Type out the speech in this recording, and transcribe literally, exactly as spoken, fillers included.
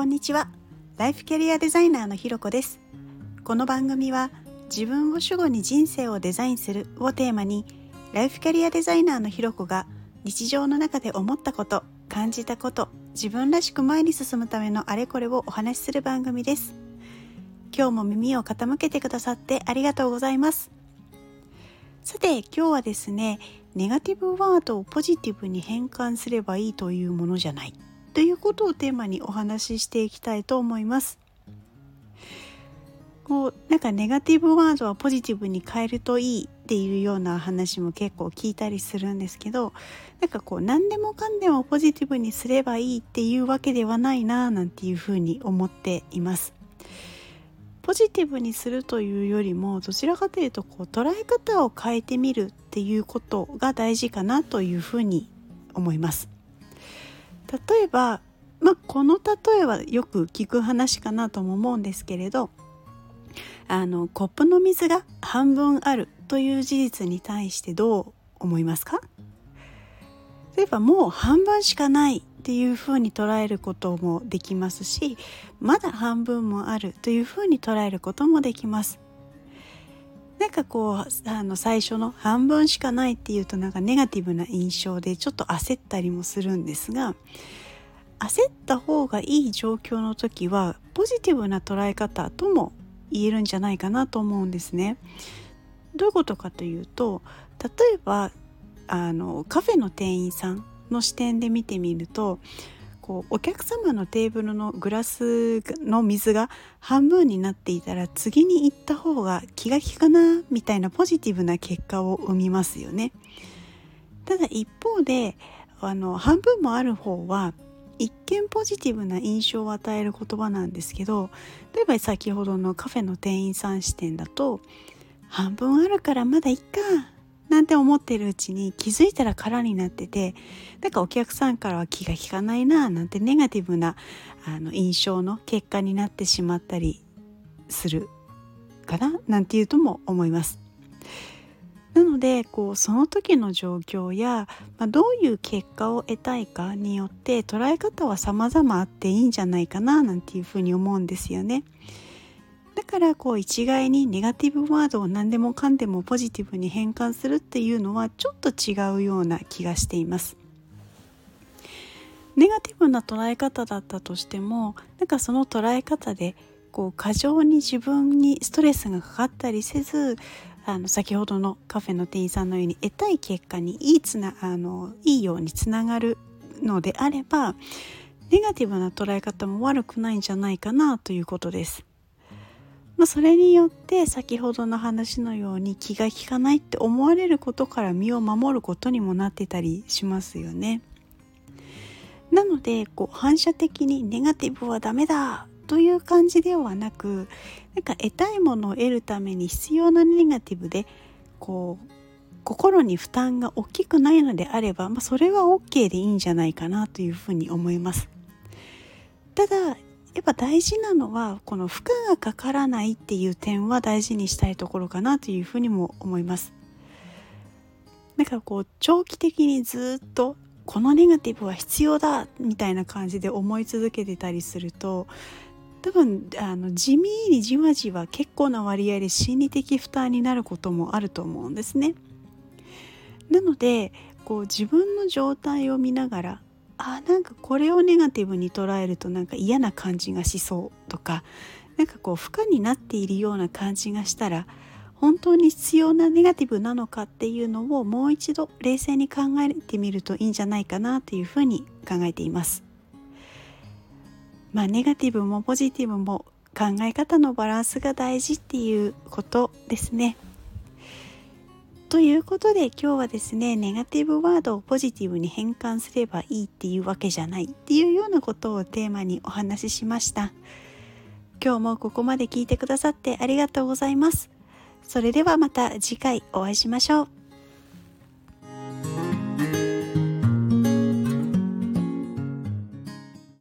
んにちは。ライフキャリアデザイナーのひろこです。この番組は自分を主語に人生をデザインするをテーマに、ライフキャリアデザイナーのひろこが日常の中で思ったこと、感じたこと、自分らしく前に進むためのあれこれをお話しする番組です。今日も耳を傾けてくださってありがとうございます。さて、今日はですね、ネガティブワードをポジティブに変換すればいいというものじゃないということをテーマにお話ししていきたいと思います。こうなんかネガティブワードはポジティブに変えるといいっていうような話も結構聞いたりするんですけど、なんかこう何でもかんでもポジティブにすればいいっていうわけではないななんていうふうに思っています。ポジティブにするというよりも、どちらかというとこう捉え方を変えてみるっていうことが大事かなというふうに思います。例えば、まあ、この例えはよく聞く話かなとも思うんですけれど、あのコップの水が半分あるという事実に対してどう思いますか？例えばもう半分しかないっていうふうに捉えることもできますし、まだ半分もあるというふうに捉えることもできます。なんかこうあの最初の半分しかないっていうとなんかネガティブな印象でちょっと焦ったりもするんですが、焦った方がいい状況の時はポジティブな捉え方とも言えるんじゃないかなと思うんですね。どういうことかというと、例えばあのカフェの店員さんの視点で見てみると、こうお客様のテーブルのグラスの水が半分になっていたら次に行った方が気が利くなみたいなポジティブな結果を生みますよね。ただ一方であの半分もある方は一見ポジティブな印象を与える言葉なんですけど、例えば先ほどのカフェの店員さん視点だと、半分あるからまだいっかなんて思ってるうちに気づいたら空になってて、なんかお客さんからは気が利かないななんてネガティブなあの印象の結果になってしまったりするかななんていうとも思います。なのでこうその時の状況や、まあ、どういう結果を得たいかによって捉え方は様々あっていいんじゃないかななんていうふうに思うんですよね。だからこう一概にネガティブワードを何でもかんでもポジティブに変換するっていうのはちょっと違うような気がしています。ネガティブな捉え方だったとしても、なんかその捉え方でこう過剰に自分にストレスがかかったりせず、あの先ほどのカフェの店員さんのように得たい結果にいいつなあのいいようにつながるのであれば、ネガティブな捉え方も悪くないんじゃないかなということです。まあ、それによって先ほどの話のように気が利かないって思われることから身を守ることにもなってたりしますよね。なのでこう反射的にネガティブはダメだという感じではなく、なんか得たいものを得るために必要なネガティブでこう心に負担が大きくないのであれば、まあ、それは OK でいいんじゃないかなというふうに思います。ただやっぱ大事なのはこの負荷がかからないっていう点は大事にしたいところかなというふうにも思います。なんかこう長期的にずっとこのネガティブは必要だみたいな感じで思い続けてたりすると、多分あの地味にじわじわ結構な割合で心理的負担になることもあると思うんですね。なのでこう自分の状態を見ながら、あなんかこれをネガティブに捉えるとなんか嫌な感じがしそうとか、なんかこう負荷になっているような感じがしたら、本当に必要なネガティブなのかっていうのをもう一度冷静に考えてみるといいんじゃないかなというふうに考えています。まあネガティブもポジティブも考え方のバランスが大事っていうことですね。ということで今日はですね、ネガティブワードをポジティブに変換すればいいっていうわけじゃないっていうようなことをテーマにお話ししました。今日もここまで聞いてくださってありがとうございます。それではまた次回お会いしましょう。